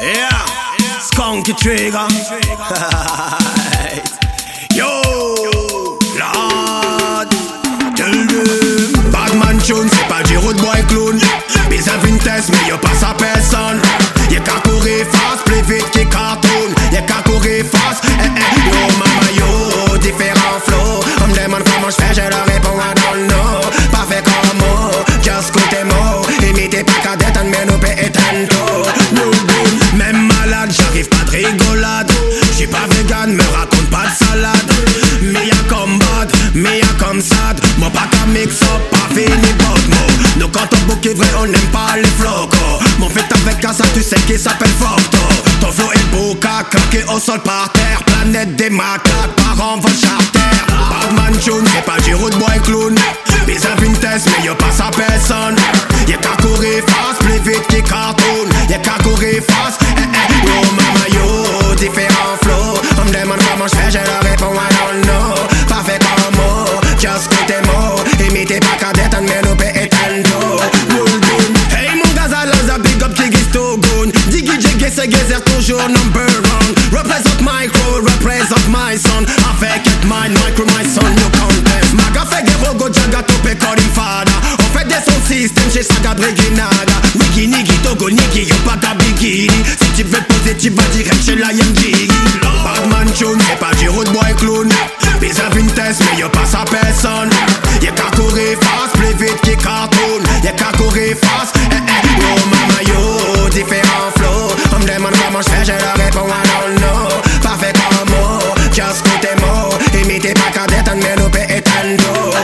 Yeah, Skunky Trigger. Yo, Lord, tell them. Badman Tune, c'est pas du road boy clown. Bise à vitesse, mais y'a pas sa personne. Y'a qu'à courir fast, plus vite qu'il cartoon. Y'a qu'à courir fast, yo mama yo, différents flows. On me demande comment j'fais, je leur réponds I don't know. Pas fait comme moi, just côté mots. Imitez pas qu'à détendre, mais nous paie tantôt. Même malade, j'arrive pas de rigolade. J'suis pas vegan, me raconte pas de salade. Mais y'a comme bad, mais y'a comme sad. Moi pas qu'à mix up, pas fini bug mo. Nous quand on book est vrai, on n'aime pas les flocos. Mon fait avec un ça, tu sais qu'il s'appelle Forto. Ton flow est beau, claqué au sol par terre. Planète des macaques, parents vont charter. Badman Tune, c'est pas du road boy clown. Bise à vitesse, mais y'a pas sa personne. Y'a qu'à courir fast, plus vite qu'il cartoon. Y'a qu'à courir fast, yo mama yo, différents flows. On me demande comment j'fais, je leur réponds I don't know. Pas fait comme moi, just côté mots. Imitez pas qu'à détendre, mais nous paie tantôt. Hey mon gazal, la big up qui gis to goon. Diggy jiggy se gazer toujours number one. Represent my crew, represent my son. Avec it mine, micro my son, you contest. Maga fait guerre, go jaga topé comme fada. On fait des sons système chez Saga Breguinaga. Niki niki togo niki, yo pas ta bikini. Si tu veux poser, tu vas direct chez la Yamji. Badman Tune, c'est pas du road boy clown. Bise à vitesse, mais y'a pas sa personne. Y'a qu'à courir fast, plus vite qu'il cartoon. Y'a qu'à courir fast, yo mama yo, différents flows. On me demande comment j'fais, je leur réponds I don't know. Pas fait comme moi, just côté mots. Imitez pas qu'à détendre, mais nous paie tantôt.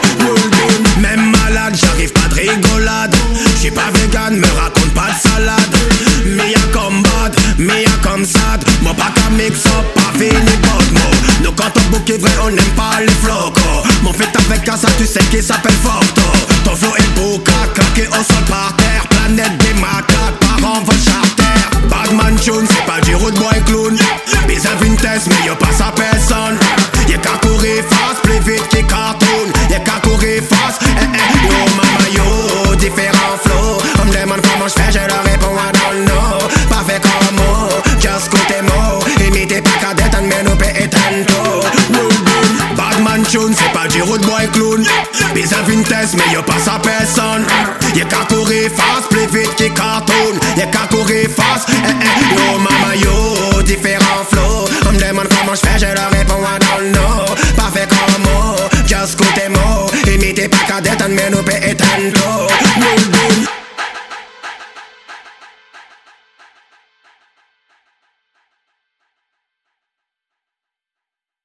Même malade, j'arrive pas de rigolade. J'suis pas vegan, me raconte pas de salade. Mais y'a comme bad, mais y'a comme sad. Moi pas qu'à mix up, pas fini bug mo. Nous quand on book est vrai, on n'aime pas les flocos. Mon fait avec un ça, tu sais qu'il s'appelle Forto. Ton flow est beau, claqué au sol par terre. Planète des macaques, parents vont charter. Badman Tune, c'est pas du road boy clown. Bise à vitesse, mais y'a pas sa personne. Y'a qu'à courir fast, plus vite qu'il cartoon. Y'a qu'à courir fast, yo mama yo, différents flows. On me demande comment j'fais, je leur réponds I don't know. Pas fait comme moi, just côté mots. Imitez pas qu'à détendre, mais nous paie tantôt. Badman Tune, c'est pas du road boy clown. Bise à vitesse, mais y'a pas sa personne. Y'a qu'à courir fast, plus vite qu'il cartoon. Y'a qu'à courir fast, yo mama yo, différents flows. On me demande comment j'fais, je leur réponds I don't know.